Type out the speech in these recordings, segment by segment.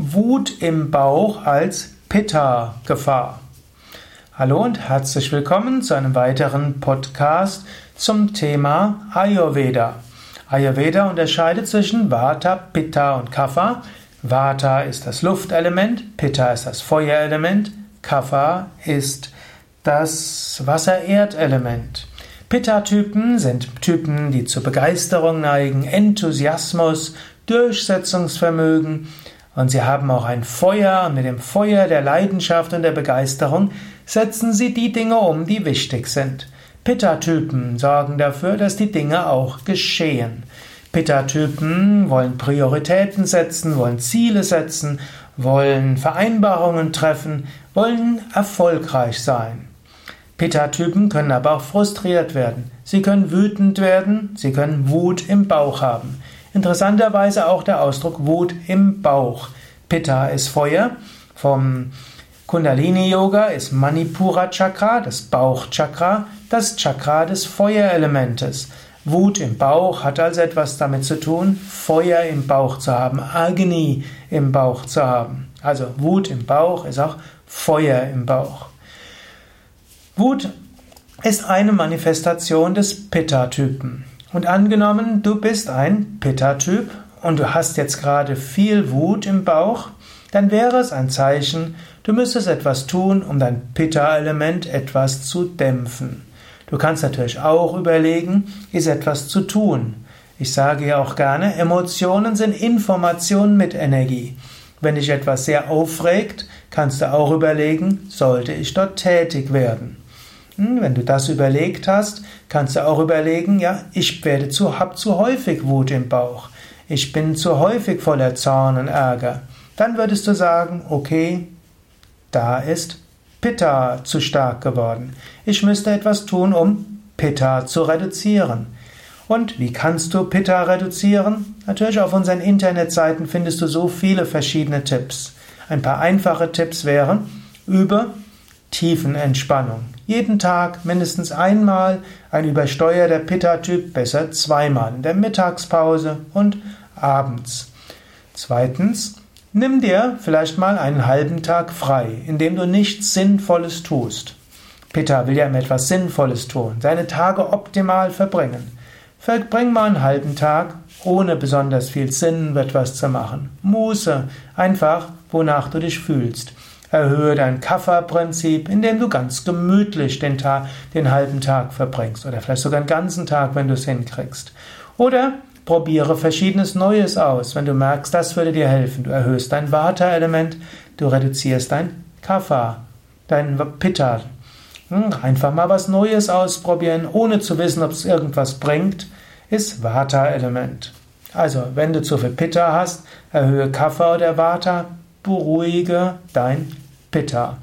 Wut im Bauch als Pitta-Gefahr. Hallo und herzlich willkommen zu einem weiteren Podcast zum Thema Ayurveda. Ayurveda unterscheidet zwischen Vata, Pitta und Kapha. Vata ist das Luftelement, Pitta ist das Feuerelement, Kapha ist das Wasser-Erdelement. Pitta-Typen sind Typen, die zur Begeisterung neigen, Enthusiasmus, Durchsetzungsvermögen, und sie haben auch ein Feuer, und mit dem Feuer der Leidenschaft und der Begeisterung setzen sie die Dinge um, die wichtig sind. Pitta-Typen sorgen dafür, dass die Dinge auch geschehen. Pitta-Typen wollen Prioritäten setzen, wollen Ziele setzen, wollen Vereinbarungen treffen, wollen erfolgreich sein. Pitta-Typen können aber auch frustriert werden. Sie können wütend werden, sie können Wut im Bauch haben. Interessanterweise auch der Ausdruck Wut im Bauch. Pitta ist Feuer, vom Kundalini-Yoga ist Manipura-Chakra, das Bauchchakra, das Chakra des Feuerelementes. Wut im Bauch hat also etwas damit zu tun, Feuer im Bauch zu haben, Agni im Bauch zu haben. Also Wut im Bauch ist auch Feuer im Bauch. Wut ist eine Manifestation des Pitta-Typen. Und angenommen, du bist ein Pitta-Typ und du hast jetzt gerade viel Wut im Bauch, dann wäre es ein Zeichen, du müsstest etwas tun, um dein Pitta-Element etwas zu dämpfen. Du kannst natürlich auch überlegen, ist etwas zu tun. Ich sage ja auch gerne, Emotionen sind Informationen mit Energie. Wenn dich etwas sehr aufregt, kannst du auch überlegen, sollte ich dort tätig werden? Wenn du das überlegt hast, kannst du auch überlegen, ja, ich habe zu häufig Wut im Bauch. Ich bin zu häufig voller Zorn und Ärger. Dann würdest du sagen, okay, da ist Pitta zu stark geworden. Ich müsste etwas tun, um Pitta zu reduzieren. Und wie kannst du Pitta reduzieren? Natürlich auf unseren Internetseiten findest du so viele verschiedene Tipps. Ein paar einfache Tipps wären, übe Tiefenentspannung. Jeden Tag mindestens einmal, ein übersteuerter Pitta-Typ besser zweimal, in der Mittagspause und abends. Zweitens, nimm dir vielleicht mal einen halben Tag frei, indem du nichts Sinnvolles tust. Pitta will ja immer etwas Sinnvolles tun, seine Tage optimal verbringen. Verbring mal einen halben Tag, ohne besonders viel Sinn etwas zu machen. Muße, einfach, wonach du dich fühlst. Erhöhe dein Kapha-Prinzip, indem du ganz gemütlich den halben Tag verbringst oder vielleicht sogar den ganzen Tag, wenn du es hinkriegst. Oder probiere verschiedenes Neues aus, wenn du merkst, das würde dir helfen. Du erhöhst dein Vata-Element, du reduzierst dein Kapha, dein Pitta. Einfach mal was Neues ausprobieren, ohne zu wissen, ob es irgendwas bringt, ist Vata-Element. Also, wenn du zu viel Pitta hast, erhöhe Kapha oder Vata, beruhige dein Pitta.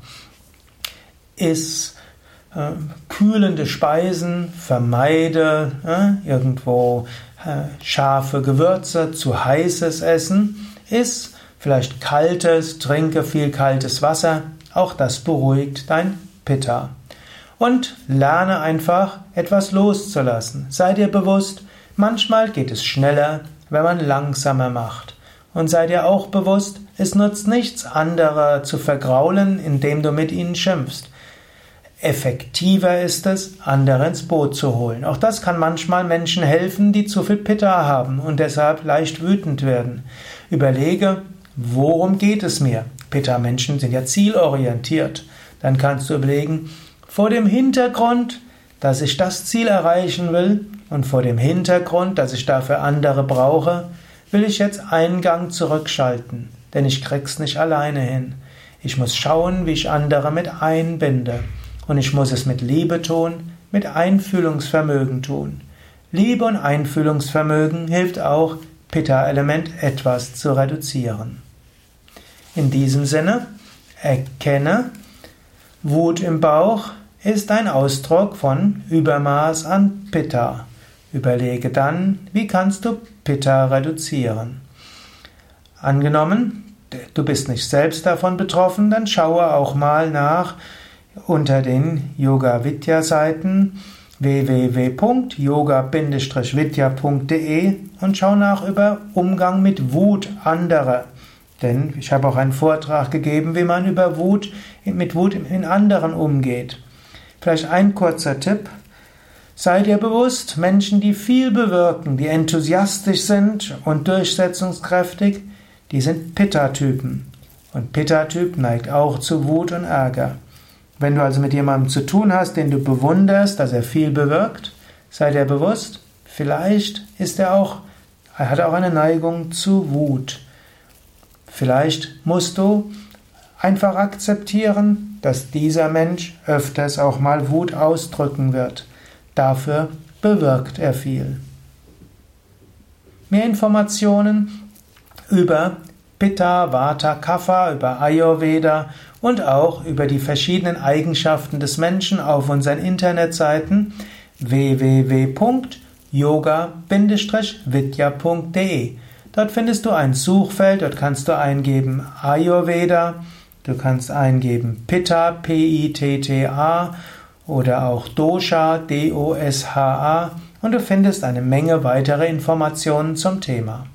Iss kühlende Speisen, vermeide irgendwo scharfe Gewürze, zu heißes Essen. Iss vielleicht kaltes, trinke viel kaltes Wasser. Auch das beruhigt dein Pitta. Und lerne einfach, etwas loszulassen. Sei dir bewusst, manchmal geht es schneller, wenn man langsamer macht. Und sei dir auch bewusst, es nutzt nichts, andere zu vergraulen, indem du mit ihnen schimpfst. Effektiver ist es, andere ins Boot zu holen. Auch das kann manchmal Menschen helfen, die zu viel Pitta haben und deshalb leicht wütend werden. Überlege, worum geht es mir? Pitta-Menschen sind ja zielorientiert. Dann kannst du überlegen, vor dem Hintergrund, dass ich das Ziel erreichen will und vor dem Hintergrund, dass ich dafür andere brauche, will ich jetzt einen Gang zurückschalten, denn ich krieg's nicht alleine hin. Ich muss schauen, wie ich andere mit einbinde. Und ich muss es mit Liebe tun, mit Einfühlungsvermögen tun. Liebe und Einfühlungsvermögen hilft auch, Pitta-Element etwas zu reduzieren. In diesem Sinne, erkenne, Wut im Bauch ist ein Ausdruck von Übermaß an Pitta. Überlege dann, wie kannst du Pitta reduzieren. Angenommen, du bist nicht selbst davon betroffen, dann schaue auch mal nach unter den Yoga-Vidya-Seiten www.yoga-vidya.de und schau nach über Umgang mit Wut anderer. Denn ich habe auch einen Vortrag gegeben, wie man mit Wut in anderen umgeht. Vielleicht ein kurzer Tipp. Sei dir bewusst, Menschen, die viel bewirken, die enthusiastisch sind und durchsetzungskräftig, die sind Pitta-Typen. Und Pitta-Typ neigt auch zu Wut und Ärger. Wenn du also mit jemandem zu tun hast, den du bewunderst, dass er viel bewirkt, sei dir bewusst, vielleicht hat er auch eine Neigung zu Wut. Vielleicht musst du einfach akzeptieren, dass dieser Mensch öfters auch mal Wut ausdrücken wird. Dafür bewirkt er viel. Mehr Informationen über Pitta, Vata, Kapha, über Ayurveda und auch über die verschiedenen Eigenschaften des Menschen auf unseren Internetseiten www.yoga-vidya.de. Dort findest du ein Suchfeld, dort kannst du eingeben Ayurveda, du kannst eingeben Pitta, P-I-T-T-A oder auch Dosha, D-O-S-H-A und du findest eine Menge weitere Informationen zum Thema.